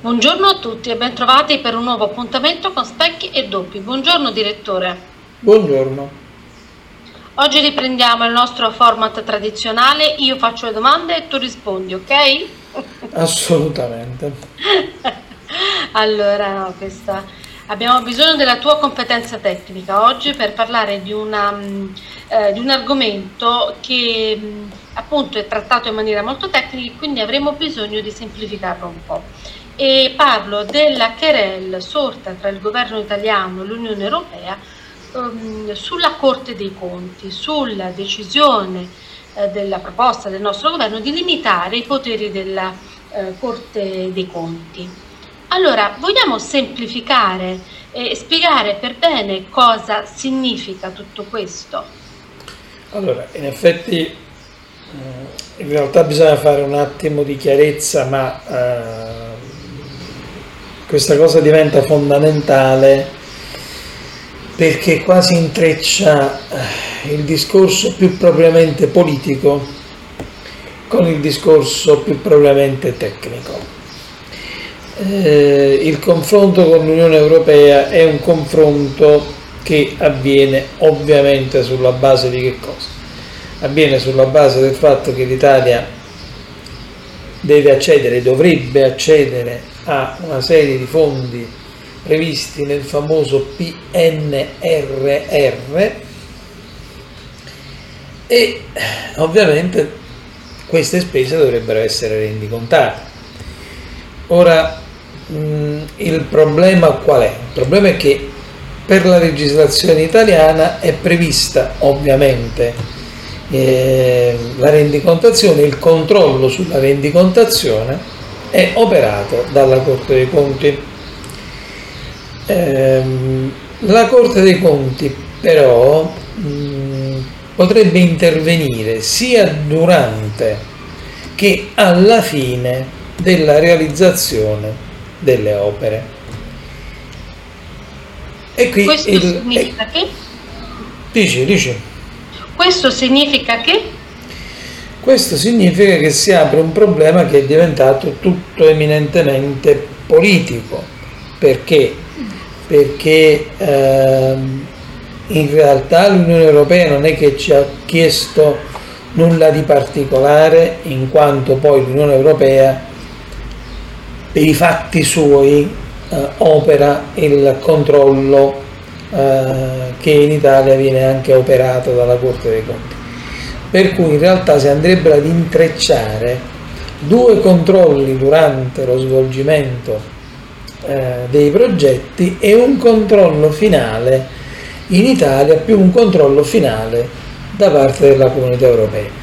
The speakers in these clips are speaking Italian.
Buongiorno a tutti e ben trovati per un nuovo appuntamento con Specchi e Doppi. Buongiorno direttore. Buongiorno. Oggi riprendiamo il nostro format tradizionale, io faccio le domande e tu rispondi, ok? Assolutamente. Allora, no, abbiamo bisogno della tua competenza tecnica oggi per parlare di un argomento che appunto è trattato in maniera molto tecnica, quindi avremo bisogno di semplificarlo un po'. E parlo della querelle sorta tra il governo italiano e l'Unione Europea sulla Corte dei Conti, sulla decisione della proposta del nostro governo di limitare i poteri della Corte dei Conti. Allora, vogliamo semplificare e spiegare per bene cosa significa tutto questo? Allora, in effetti, in realtà bisogna fare un attimo di chiarezza, ma questa cosa diventa fondamentale perché qua si intreccia il discorso più propriamente politico con il discorso più propriamente tecnico. Il confronto con l'Unione Europea è un confronto che avviene ovviamente sulla base di che cosa? Avviene sulla base del fatto che l'Italia dovrebbe accedere a una serie di fondi previsti nel famoso PNRR e ovviamente queste spese dovrebbero essere rendicontate. Ora, il problema qual è? Il problema è che per la legislazione italiana è prevista ovviamente la rendicontazione, il controllo sulla rendicontazione è operato dalla Corte dei Conti. La Corte dei Conti però potrebbe intervenire sia durante che alla fine della realizzazione delle opere. E qui Questo significa che? Dici. Questo significa che? Questo significa che si apre un problema che è diventato tutto eminentemente politico. Perché? Perché in realtà l'Unione Europea non è che ci ha chiesto nulla di particolare, in quanto poi l'Unione Europea per i fatti suoi opera il controllo che in Italia viene anche operato dalla Corte dei Conti, per cui in realtà si andrebbero ad intrecciare due controlli durante lo svolgimento dei progetti e un controllo finale in Italia più un controllo finale da parte della Comunità Europea.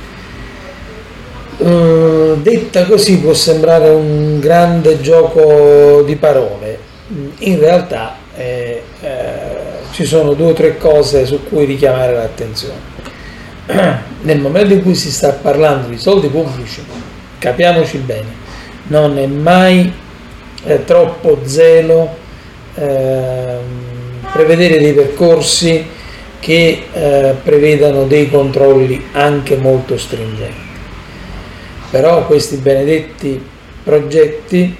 Detta così può sembrare un grande gioco di parole, in realtà ci sono due o tre cose su cui richiamare l'attenzione. Nel momento in cui si sta parlando di soldi pubblici, capiamoci bene, non è mai troppo zelo prevedere dei percorsi che prevedano dei controlli anche molto stringenti. Però questi benedetti progetti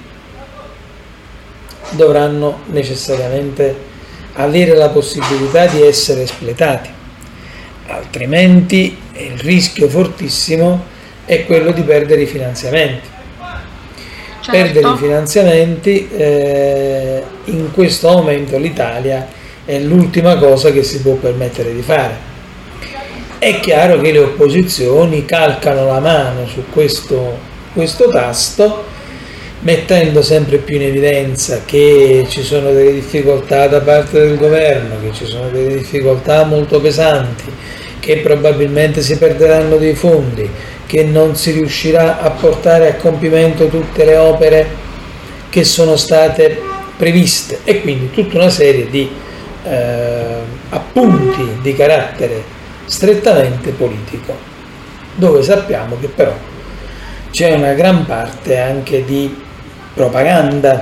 dovranno necessariamente avere la possibilità di essere espletati, altrimenti il rischio fortissimo è quello di perdere i finanziamenti. Certo. Perdere i finanziamenti in questo momento l'Italia è l'ultima cosa che si può permettere di fare. È chiaro che le opposizioni calcano la mano su questo tasto, mettendo sempre più in evidenza che ci sono delle difficoltà da parte del governo, che ci sono delle difficoltà molto pesanti, che probabilmente si perderanno dei fondi, che non si riuscirà a portare a compimento tutte le opere che sono state previste, e quindi tutta una serie di appunti di carattere strettamente politico, dove sappiamo che però c'è una gran parte anche di propaganda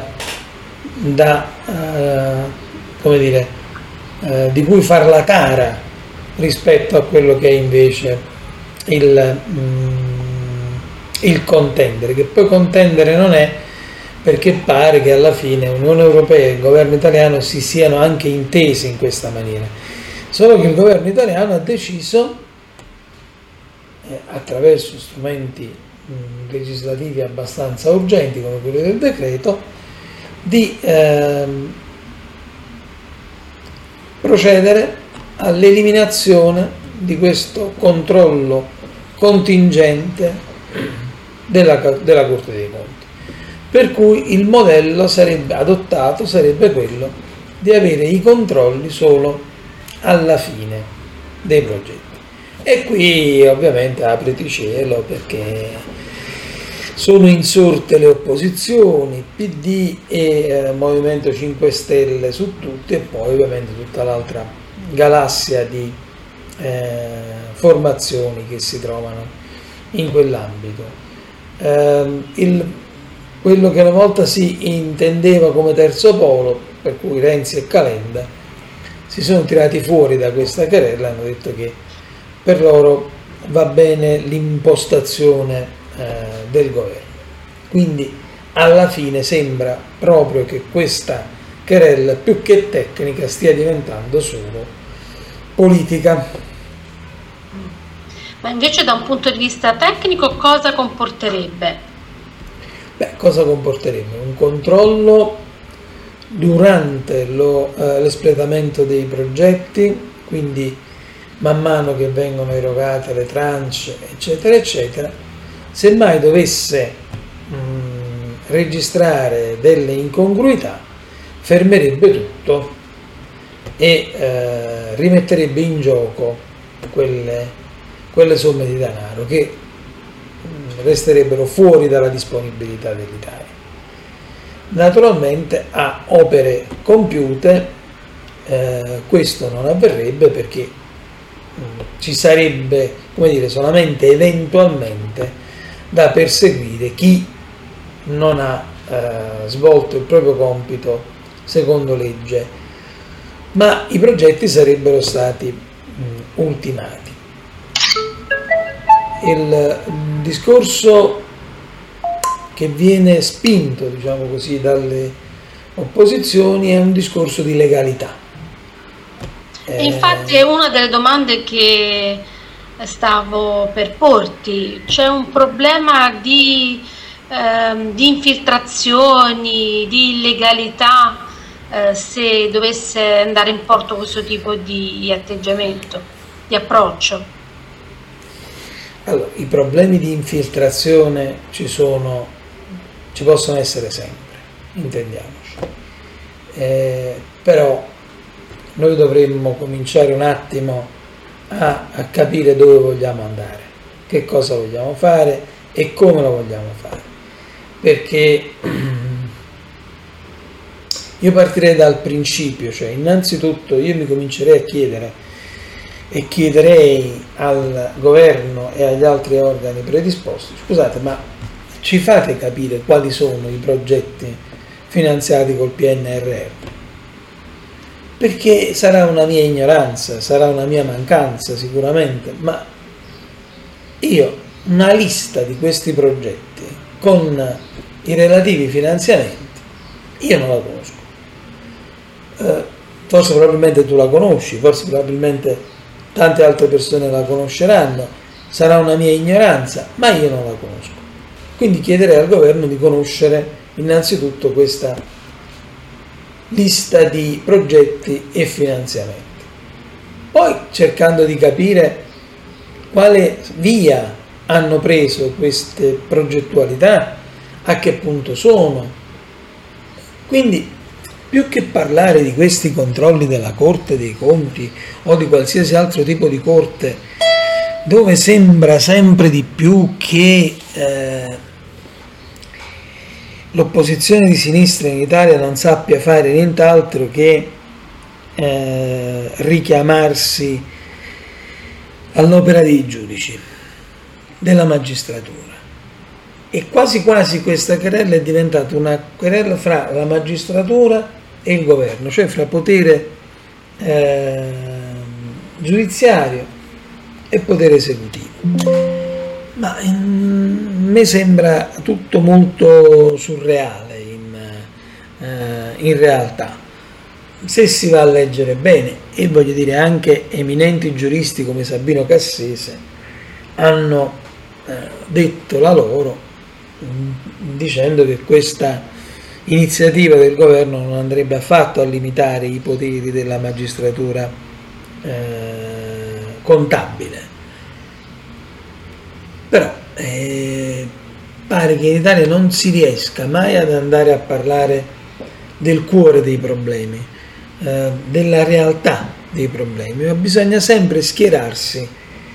di cui far la cara rispetto a quello che è invece il contendere, che poi contendere non è perché pare che alla fine Unione Europea e il governo italiano si siano anche intesi in questa maniera, solo che il governo italiano ha deciso, attraverso strumenti legislativi abbastanza urgenti come quelli del decreto, di procedere all'eliminazione di questo controllo contingente della Corte dei Conti. Per cui il modello adottato sarebbe quello di avere i controlli solo alla fine dei progetti. E qui ovviamente apriti cielo, perché sono insorte le opposizioni, PD e Movimento 5 Stelle su tutti, e poi ovviamente tutta l'altra galassia di formazioni che si trovano in quell'ambito. Quello che una volta si intendeva come terzo polo, per cui Renzi e Calenda, si sono tirati fuori da questa querela, hanno detto che per loro va bene l'impostazione del governo. Quindi alla fine sembra proprio che questa querela, più che tecnica, stia diventando solo politica. Ma invece da un punto di vista tecnico cosa comporterebbe? Cosa comporterebbe? Un controllo durante l'espletamento dei progetti, quindi man mano che vengono erogate le tranche, eccetera, eccetera. Se mai dovesse registrare delle incongruità, fermerebbe tutto e rimetterebbe in gioco quelle somme di denaro che resterebbero fuori dalla disponibilità dell'Italia. Naturalmente a opere compiute questo non avverrebbe, perché ci sarebbe, come dire, solamente eventualmente da perseguire chi non ha svolto il proprio compito secondo legge, ma i progetti sarebbero stati ultimati. Il discorso che viene spinto, diciamo così, dalle opposizioni è un discorso di legalità. Infatti è una delle domande che stavo per porti. C'è un problema di infiltrazioni, di illegalità, se dovesse andare in porto questo tipo di atteggiamento, di approccio? Allora, i problemi di infiltrazione ci possono essere sempre, intendiamoci. Però noi dovremmo cominciare un attimo a capire dove vogliamo andare, che cosa vogliamo fare e come lo vogliamo fare. Perché io partirei dal principio, cioè innanzitutto io mi comincerei a chiedere e chiederei al governo e agli altri organi predisposti: scusate, ma ci fate capire quali sono i progetti finanziati col PNRR? Perché sarà una mia ignoranza, sarà una mia mancanza sicuramente, ma io una lista di questi progetti con i relativi finanziamenti io non la conosco. Forse probabilmente tu la conosci, forse probabilmente tante altre persone la conosceranno, sarà una mia ignoranza, ma io non la conosco. Quindi chiederei al governo di conoscere innanzitutto questa lista di progetti e finanziamenti. Poi, cercando di capire quale via hanno preso queste progettualità, a che punto sono. Quindi, più che parlare di questi controlli della Corte dei Conti o di qualsiasi altro tipo di corte, dove sembra sempre di più che l'opposizione di sinistra in Italia non sappia fare nient'altro che richiamarsi all'opera dei giudici, della magistratura. E quasi quasi questa querella è diventata una querella fra la magistratura e il governo, cioè fra potere giudiziario e potere esecutivo. Ma a me sembra tutto molto surreale in realtà. Se si va a leggere bene, e voglio dire anche eminenti giuristi come Sabino Cassese hanno detto la loro, dicendo che questa iniziativa del governo non andrebbe affatto a limitare i poteri della magistratura contabile. Però pare che in Italia non si riesca mai ad andare a parlare del cuore dei problemi, della realtà dei problemi, ma bisogna sempre schierarsi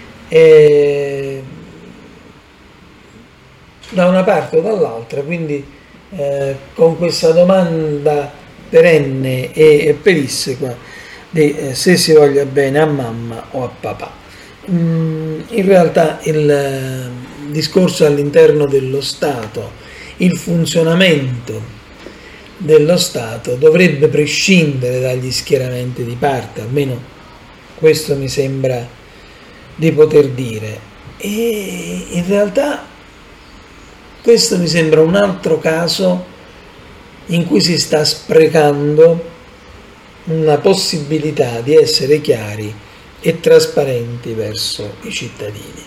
da una parte o dall'altra, quindi con questa domanda perenne e pedissequa di se si voglia bene a mamma o a papà. In realtà il discorso all'interno dello Stato, il funzionamento dello Stato dovrebbe prescindere dagli schieramenti di parte, almeno questo mi sembra di poter dire, e in realtà questo mi sembra un altro caso in cui si sta sprecando una possibilità di essere chiari e trasparenti verso i cittadini.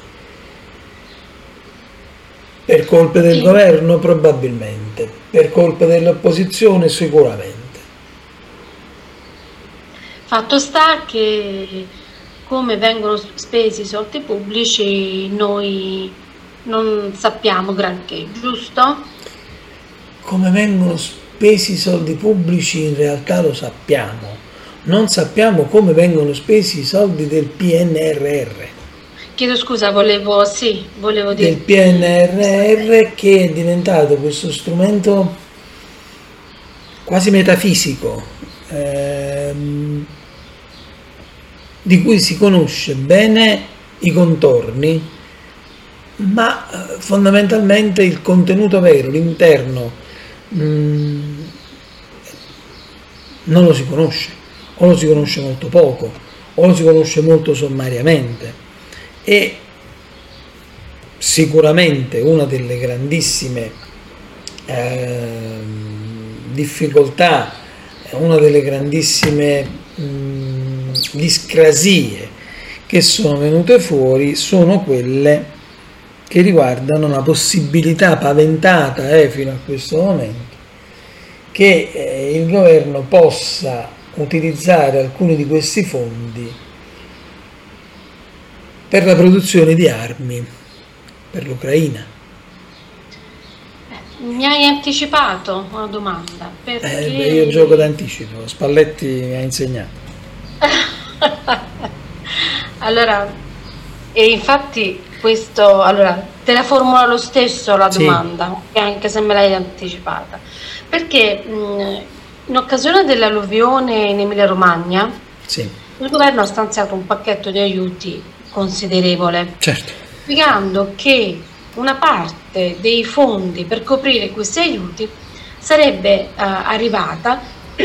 Per colpe del governo probabilmente, per colpe dell'opposizione sicuramente. Fatto sta che come vengono spesi i soldi pubblici noi non sappiamo granché, giusto? Come vengono spesi i soldi pubblici in realtà lo sappiamo, non sappiamo come vengono spesi i soldi del PNRR. Chiedo scusa, volevo dire. Del PNRR, che è diventato questo strumento quasi metafisico, di cui si conosce bene i contorni, ma fondamentalmente il contenuto vero, l'interno, non lo si conosce, o lo si conosce molto poco, o lo si conosce molto sommariamente. E sicuramente una delle grandissime difficoltà, una delle grandissime discrasie che sono venute fuori sono quelle che riguardano la possibilità paventata fino a questo momento che il governo possa utilizzare alcuni di questi fondi per la produzione di armi per l'Ucraina. Mi hai anticipato una domanda. Perché... io gioco d'anticipo, Spalletti mi ha insegnato. Allora, e infatti questo, allora, te la formulo lo stesso la domanda, sì, anche se me l'hai anticipata. Perché in occasione dell'alluvione in Emilia-Romagna, sì, il governo ha stanziato un pacchetto di aiuti considerevole, certo, spiegando che una parte dei fondi per coprire questi aiuti sarebbe arrivata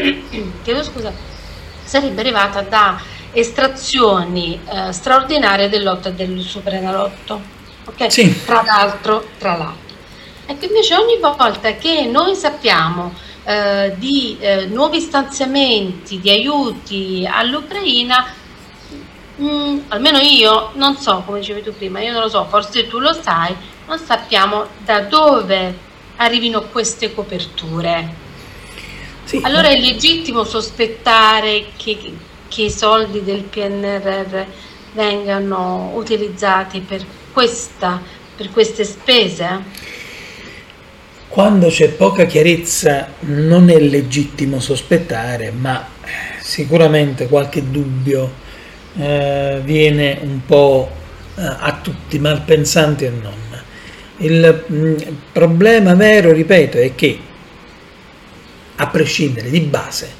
da estrazioni straordinarie del lotto e del Superenalotto, ok? Sì. Tra l'altro. Ecco, invece ogni volta che noi sappiamo di nuovi stanziamenti di aiuti all'Ucraina, almeno io non so, come dicevi tu prima, io non lo so, forse tu lo sai, non sappiamo da dove arrivino queste coperture. Sì, allora è legittimo sospettare che i soldi del PNRR vengano utilizzati per queste spese? Quando c'è poca chiarezza non è legittimo sospettare, ma sicuramente qualche dubbio viene un po' a tutti, malpensanti e non. Il problema vero, ripeto, è che a prescindere di base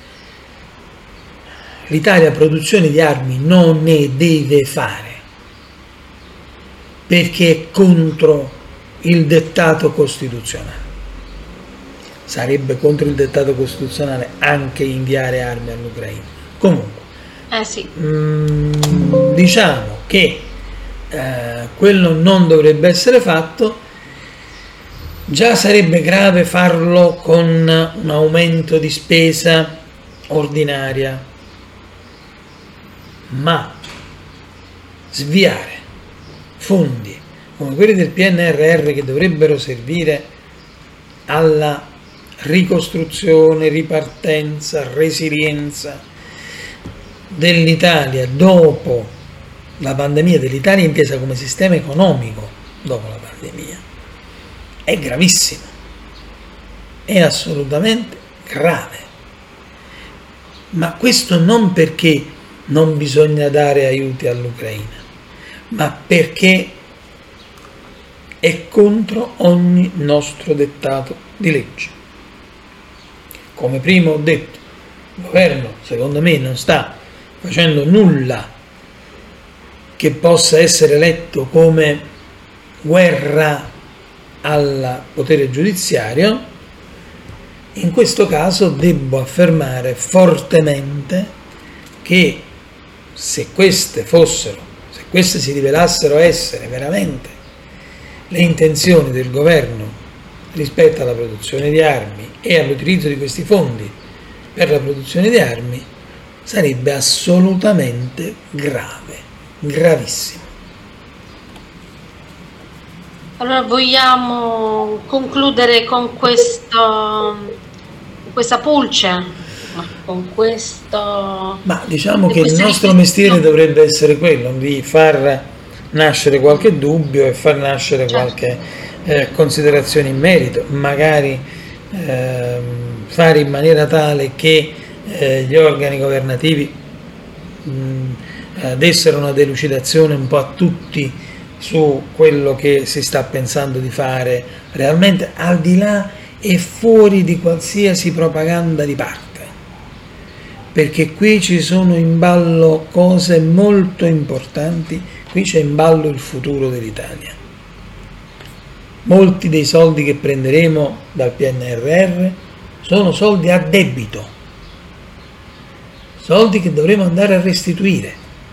l'Italia produzione di armi non ne deve fare, perché è contro il dettato costituzionale. Sarebbe contro il dettato costituzionale anche inviare armi all'Ucraina. Comunque, sì, diciamo che quello non dovrebbe essere fatto, Già sarebbe grave farlo con un aumento di spesa ordinaria, ma sviare fondi come quelli del PNRR che dovrebbero servire alla ricostruzione, ripartenza, resilienza dell'Italia dopo la pandemia, dell'Italia intesa come sistema economico dopo la pandemia, è gravissimo, è assolutamente grave. Ma questo non perché non bisogna dare aiuti all'Ucraina, ma perché è contro ogni nostro dettato di legge. Come prima ho detto, il governo secondo me non sta facendo nulla che possa essere letto come guerra al potere giudiziario. In questo caso debbo affermare fortemente che se queste si rivelassero essere veramente le intenzioni del governo rispetto alla produzione di armi e all'utilizzo di questi fondi per la produzione di armi, sarebbe assolutamente grave, gravissimo. Allora vogliamo concludere con questa pulce, con questo... Ma diciamo che il nostro mestiere dovrebbe essere quello di far nascere qualche dubbio e far nascere qualche considerazione in merito, magari fare in maniera tale che gli organi governativi dessero una delucidazione un po' a tutti su quello che si sta pensando di fare realmente, al di là e fuori di qualsiasi propaganda di parte, perché qui ci sono in ballo cose molto importanti, qui c'è in ballo il futuro dell'Italia. Molti dei soldi che prenderemo dal PNRR sono soldi a debito, soldi che dovremo andare a restituire.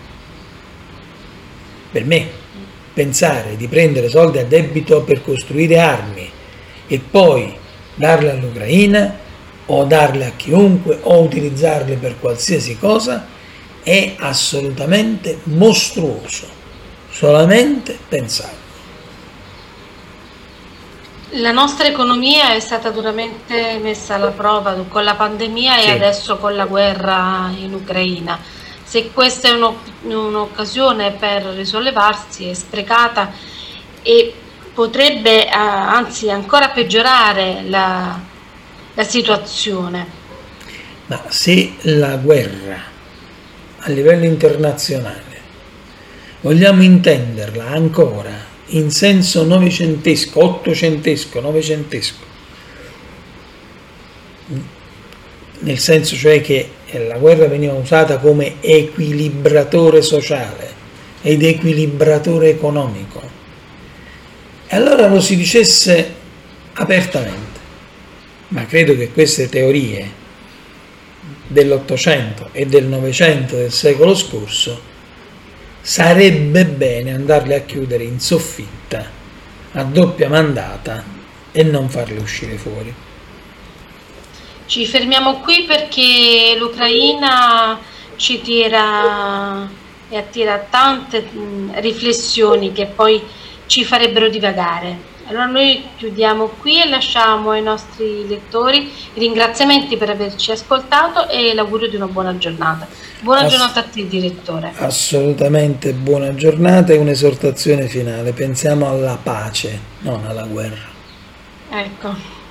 Per me, pensare di prendere soldi a debito per costruire armi e poi darle all'Ucraina o darle a chiunque o utilizzarle per qualsiasi cosa è assolutamente mostruoso, solamente pensarlo. La nostra economia è stata duramente messa alla prova con la pandemia e adesso con la guerra in Ucraina. Se questa è un'occasione per risollevarsi, è sprecata e potrebbe anzi ancora peggiorare la situazione. Ma se la guerra a livello internazionale vogliamo intenderla ancora in senso novecentesco, ottocentesco, novecentesco, nel senso cioè che la guerra veniva usata come equilibratore sociale ed equilibratore economico, e allora lo si dicesse apertamente. Ma credo che queste teorie dell'Ottocento e del Novecento del secolo scorso sarebbe bene andarle a chiudere in soffitta a doppia mandata e non farle uscire fuori. Ci fermiamo qui perché l'Ucraina ci tira e attira tante riflessioni che poi ci farebbero divagare. Allora noi chiudiamo qui e lasciamo ai nostri lettori i ringraziamenti per averci ascoltato e l'augurio di una buona giornata. Buona giornata a te, direttore. Assolutamente buona giornata e un'esortazione finale. Pensiamo alla pace, non alla guerra. Ecco.